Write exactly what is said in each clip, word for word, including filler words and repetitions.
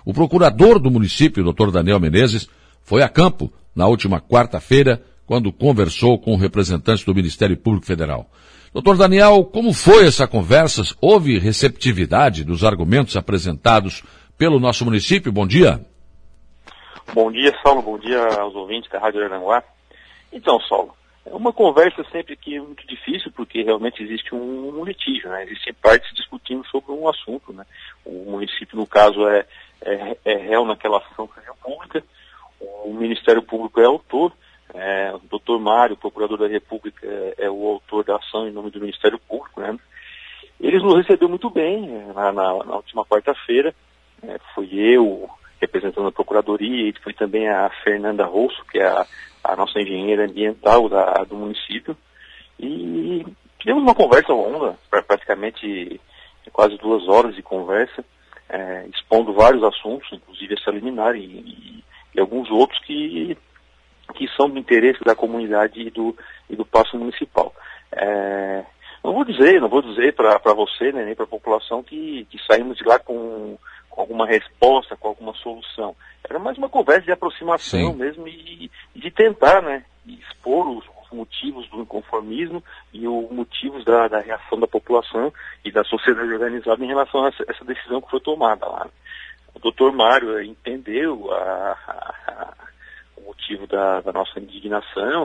O procurador do município, doutor Daniel Menezes, foi a campo na última quarta-feira, quando conversou com representantes do Ministério Público Federal. doutor Daniel, como foi essa conversa? Houve receptividade dos argumentos apresentados pelo nosso município? Bom dia. Bom dia, Saulo. Bom dia aos ouvintes da Rádio Araranguá. Então, Saulo, é uma conversa sempre que é muito difícil, porque realmente existe um, um litígio, né? Existem partes discutindo sobre um assunto, né? O município, no caso, é, é, é réu naquela ação civil pública, o Ministério Público é autor, é, o doutor Mário, procurador da República, é, é o autor da ação em nome do Ministério Público, né? Eles nos receberam muito bem, na, na, na última quarta-feira, é, fui eu representando a Procuradoria, e foi também a Fernanda Rosso, que é a, a nossa engenheira ambiental da, do município, e tivemos uma conversa longa, praticamente quase duas horas de conversa, é, expondo vários assuntos, inclusive essa liminar e, e, e alguns outros que, que são do interesse da comunidade e do, e do Paço Municipal. É, não vou dizer, não vou dizer para você, né, nem para a população que, que saímos de lá com, com alguma resposta, com alguma solução. Era mais uma conversa de aproximação Sim. mesmo e, e de tentar, né, expor os, os motivos do inconformismo e os motivos da, da reação da população e da sociedade organizada em relação a essa, essa decisão que foi tomada lá. O doutor Mário entendeu a, a, a, o motivo da, da nossa indignação,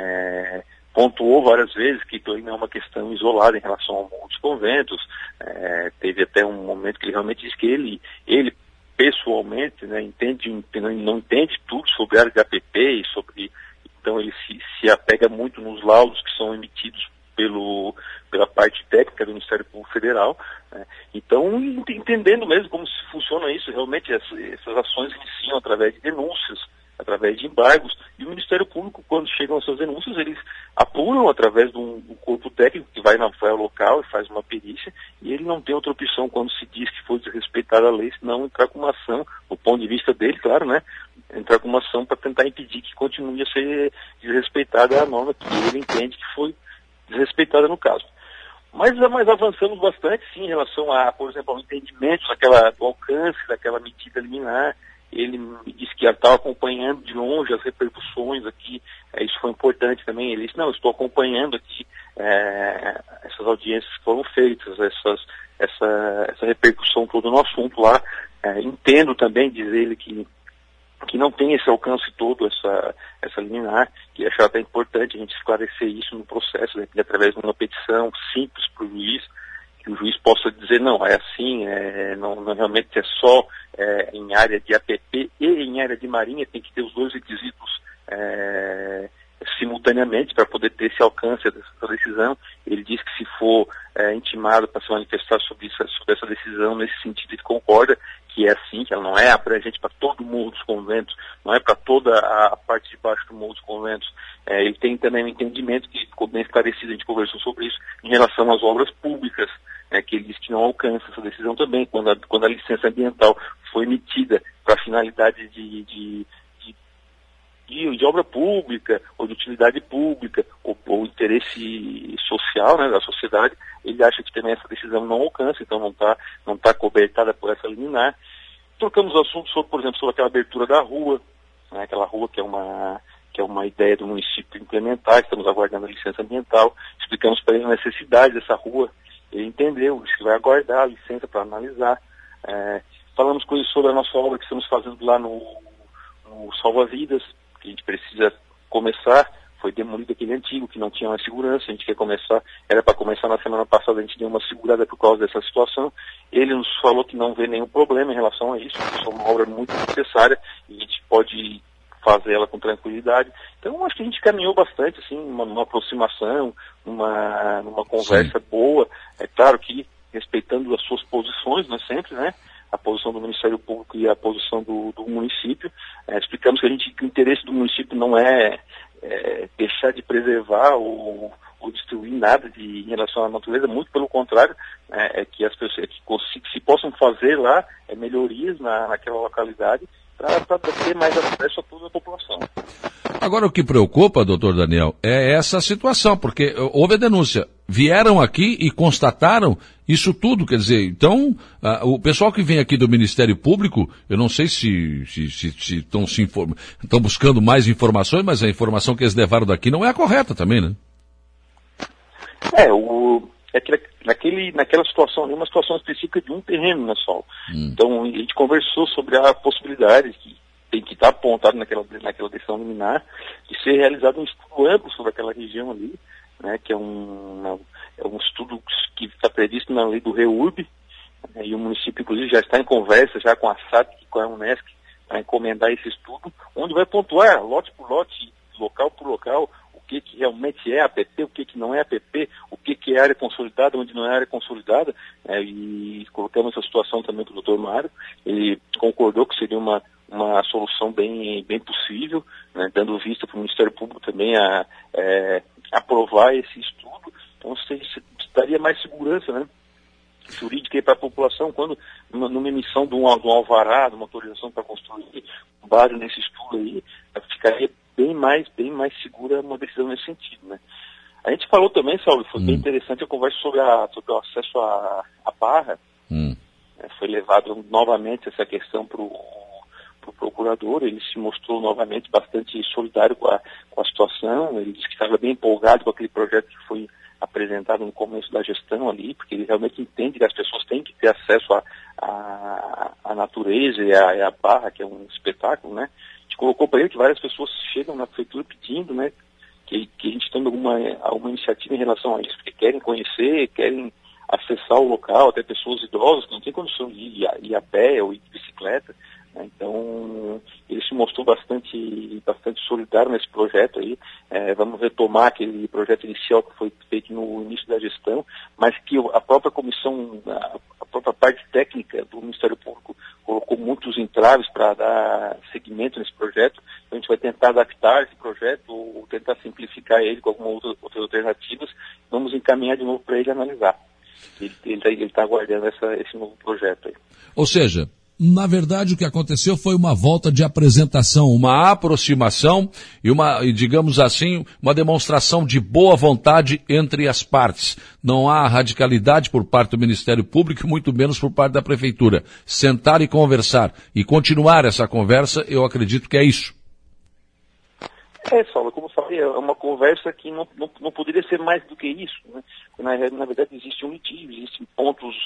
é, pontuou várias vezes que não é uma questão isolada em relação ao mundo dos conventos, é, teve até um momento que ele realmente disse que ele, ele pessoalmente, né, entende, não entende tudo sobre a área de A P P e sobre, então ele se, se apega muito nos laudos que são emitidos pelo, pela parte técnica do Ministério Público Federal, né? Então, entendendo mesmo como se funciona isso, realmente essas, essas ações iniciam através de denúncias, através de embargos, e o Ministério Público, quando chegam essas denúncias, eles apuram através de um, um corpo técnico que vai, na, vai ao local e faz uma perícia, e ele não tem outra opção quando se diz que foi desrespeitada a lei, senão entrar com uma ação, do ponto de vista dele, claro, né? Entrar com uma ação para tentar impedir que continue a ser desrespeitada a norma que ele entende que foi desrespeitada no caso. Mas, mas avançamos bastante, sim, em relação a, por exemplo, ao entendimento daquela, do alcance daquela medida liminar. Ele me disse que estava acompanhando de longe as repercussões aqui, é, isso foi importante também. Ele disse, não, estou acompanhando aqui é, essas audiências que foram feitas, essas, essa, essa repercussão toda no assunto lá. É, entendo também, diz ele, que que não tem esse alcance todo, essa, essa liminar, que achava até importante a gente esclarecer isso no processo, né, através de uma petição simples para o juiz, que o juiz possa dizer, não, é assim, é, não, não realmente é só é, em área de A P P e em área de marinha, tem que ter os dois requisitos é, simultaneamente para poder ter esse alcance dessa decisão. Ele diz que se for é, intimado para se manifestar sobre, isso, sobre essa decisão, nesse sentido ele concorda, que é assim, que ela não é abrangente para todo o Morro dos Conventos, não é para toda a parte de baixo do Morro dos Conventos. É, ele tem também um entendimento que ficou bem esclarecido, a gente conversou sobre isso, em relação às obras públicas, é, que ele diz que não alcança essa decisão também, quando a, quando a licença ambiental foi emitida para finalidade de, de, de, de, de obra pública, ou de utilidade pública, ou, ou interesse social, né, da sociedade, ele acha que também essa decisão não alcança, então não está não tá cobertada por essa liminar. Trocamos assuntos sobre, por exemplo, sobre aquela abertura da rua, né, aquela rua que é uma que é uma ideia do município implementar, estamos aguardando a licença ambiental, explicamos para ele a necessidade dessa rua, ele entendeu, disse que vai aguardar a licença para analisar. É, falamos coisas sobre a nossa obra que estamos fazendo lá no, no Salva-Vidas, que a gente precisa começar. Foi demolido aquele antigo, que não tinha mais segurança, a gente quer começar, era para começar na semana passada, a gente deu uma segurada por causa dessa situação. Ele nos falou que não vê nenhum problema em relação a isso, que isso é uma obra muito necessária e a gente pode fazer ela com tranquilidade. Então, acho que a gente caminhou bastante, assim, numa, numa aproximação, numa, numa conversa Sim. boa. É claro que respeitando as suas posições, né, sempre, né? A posição do Ministério Público e a posição do, do município. É, explicamos que, a gente, que o interesse do município não é, é deixar de preservar ou, ou destruir nada de, em relação à natureza, muito pelo contrário, é, é que as pessoas é que, que se possam fazer lá é, melhorias na, naquela localidade para ter mais acesso a toda a população. Agora, o que preocupa, doutor Daniel, é essa situação, porque houve a denúncia. vieram aqui e constataram isso tudo, quer dizer, então, ah, o pessoal que vem aqui do Ministério Público, eu não sei se se, se, se estão se inform... estão buscando mais informações, mas a informação que eles levaram daqui não é a correta também, né? É, o, é que naquele, naquela situação ali, uma situação específica de um terreno, né, Sol? Hum. Então, a gente conversou sobre a possibilidade que tem que estar apontado naquela, naquela decisão liminar de ser realizado um estudo amplo sobre aquela região ali, né, que é um, é um estudo que está previsto na lei do REURB, né, e o município, inclusive, já está em conversa já com a S A P e com a Unesc para encomendar esse estudo, onde vai pontuar lote por lote, local por local, o que, que realmente é A P P, o que, que não é A P P, o que, que é área consolidada, onde não é área consolidada, né, e colocamos essa situação também para o doutor Mário, ele concordou que seria uma uma solução bem, bem possível, né, dando vista para o Ministério Público também a é, aprovar esse estudo. Então, se, se daria mais segurança, né, jurídica para a população, quando numa, numa emissão de um, de um alvará, de uma autorização para construir, com base nesse estudo aí, ficaria bem mais, bem mais segura uma decisão nesse sentido, né. A gente falou também, Saulo, foi hum. bem interessante a conversa sobre, a, sobre o acesso à, à barra. Hum. É, foi levado novamente essa questão para o o procurador, ele se mostrou novamente bastante solidário com a, com a situação, ele disse que estava bem empolgado com aquele projeto que foi apresentado no começo da gestão ali, porque ele realmente entende que as pessoas têm que ter acesso à a, a, a natureza e a, a barra, que é um espetáculo, né? A gente colocou para ele que várias pessoas chegam na prefeitura pedindo, né, que, que a gente tome alguma, alguma iniciativa em relação a isso, porque querem conhecer, querem acessar o local, até pessoas idosas que não têm condição de ir a, ir a pé ou ir de bicicleta. Então, ele se mostrou bastante, bastante solidário nesse projeto aí. É, vamos retomar aquele projeto inicial que foi feito no início da gestão, mas que a própria comissão, a própria parte técnica do Ministério Público colocou muitos entraves para dar seguimento nesse projeto. Então, a gente vai tentar adaptar esse projeto ou tentar simplificar ele com algumas outras, outras alternativas. Vamos encaminhar de novo para ele analisar. Ele está aguardando essa, esse novo projeto aí. Ou seja, na verdade, o que aconteceu foi uma volta de apresentação, uma aproximação e uma, digamos assim, uma demonstração de boa vontade entre as partes. Não há radicalidade por parte do Ministério Público, muito menos por parte da Prefeitura. Sentar e conversar e continuar essa conversa, eu acredito que é isso. É, Saulo, como eu falei, é uma conversa que não, não, não poderia ser mais do que isso, né? Na, na verdade, existe um litígio, existem pontos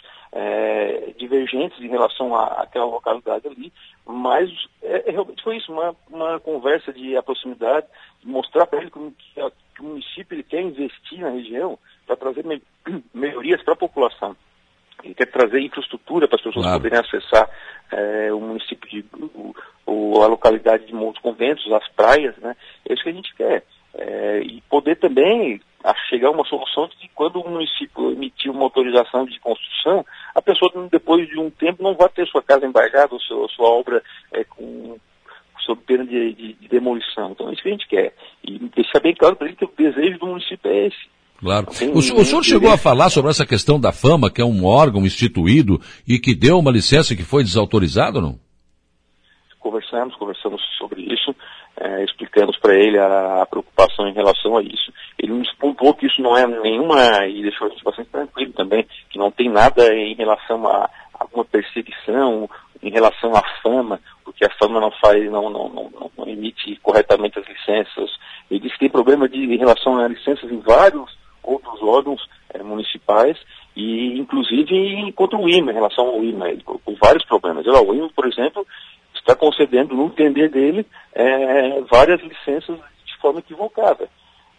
é, divergentes em relação à, àquela localidade ali, mas é, é, realmente foi isso, uma, uma conversa de proximidade, de mostrar para ele que, que, que o município ele quer investir na região para trazer me, melhorias para a população. Ele quer trazer infraestrutura para as pessoas claro. poderem acessar é, o município, de, o, o, a localidade de Montes Conventos, as praias, né? É isso que a gente quer. É, e poder também a chegar a uma solução de que quando o município emitir uma autorização de construção, a pessoa depois de um tempo não vai ter sua casa embargada ou sua, sua obra é, com, sob pena de, de, de demolição. Então é isso que a gente quer. E deixar bem claro para ele que o desejo do município é esse. Claro. O, o senhor chegou a falar sobre essa questão da Fama, que é um órgão instituído e que deu uma licença que foi desautorizada ou não? Conversamos, conversamos sobre isso, é, explicamos para ele a, a preocupação em relação a isso. Ele nos pontuou que isso não é nenhuma, e deixou a gente bastante tranquilo também, que não tem nada em relação a alguma perseguição, em relação à Fama, porque a Fama não faz, não, não, não, não emite corretamente as licenças. Ele disse que tem problema de, em relação a licenças em vários outros órgãos é, municipais, e inclusive contra o I M A, em relação ao I M A, com vários problemas. Ele, ó, o I M A, por exemplo, está concedendo, no entender dele, é, várias licenças de forma equivocada.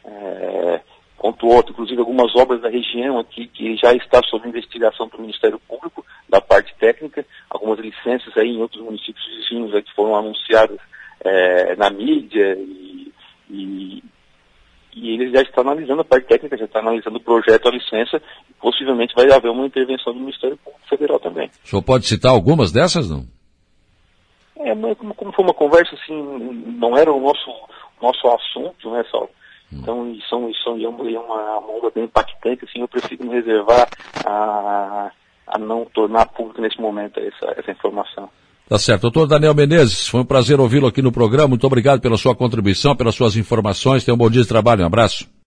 É, pontuou, inclusive, algumas obras da região aqui que já está sob investigação do Ministério Público, da parte técnica, algumas licenças aí em outros municípios vizinhos aí que foram anunciadas é, na mídia e, e E ele já está analisando a parte técnica, já está analisando o projeto, a licença, e possivelmente vai haver uma intervenção do Ministério Público Federal também. O senhor pode citar algumas dessas, não? É, mas como, como foi uma conversa, assim, não era o nosso, nosso assunto, né, Saulo? Hum. Então, isso, isso é uma, uma, uma onda bem impactante, assim, eu prefiro me reservar a, a não tornar público nesse momento essa, essa informação. Tá certo. Doutor Daniel Menezes, foi um prazer ouvi-lo aqui no programa. Muito obrigado pela sua contribuição, pelas suas informações. Tenha um bom dia de trabalho. Um abraço.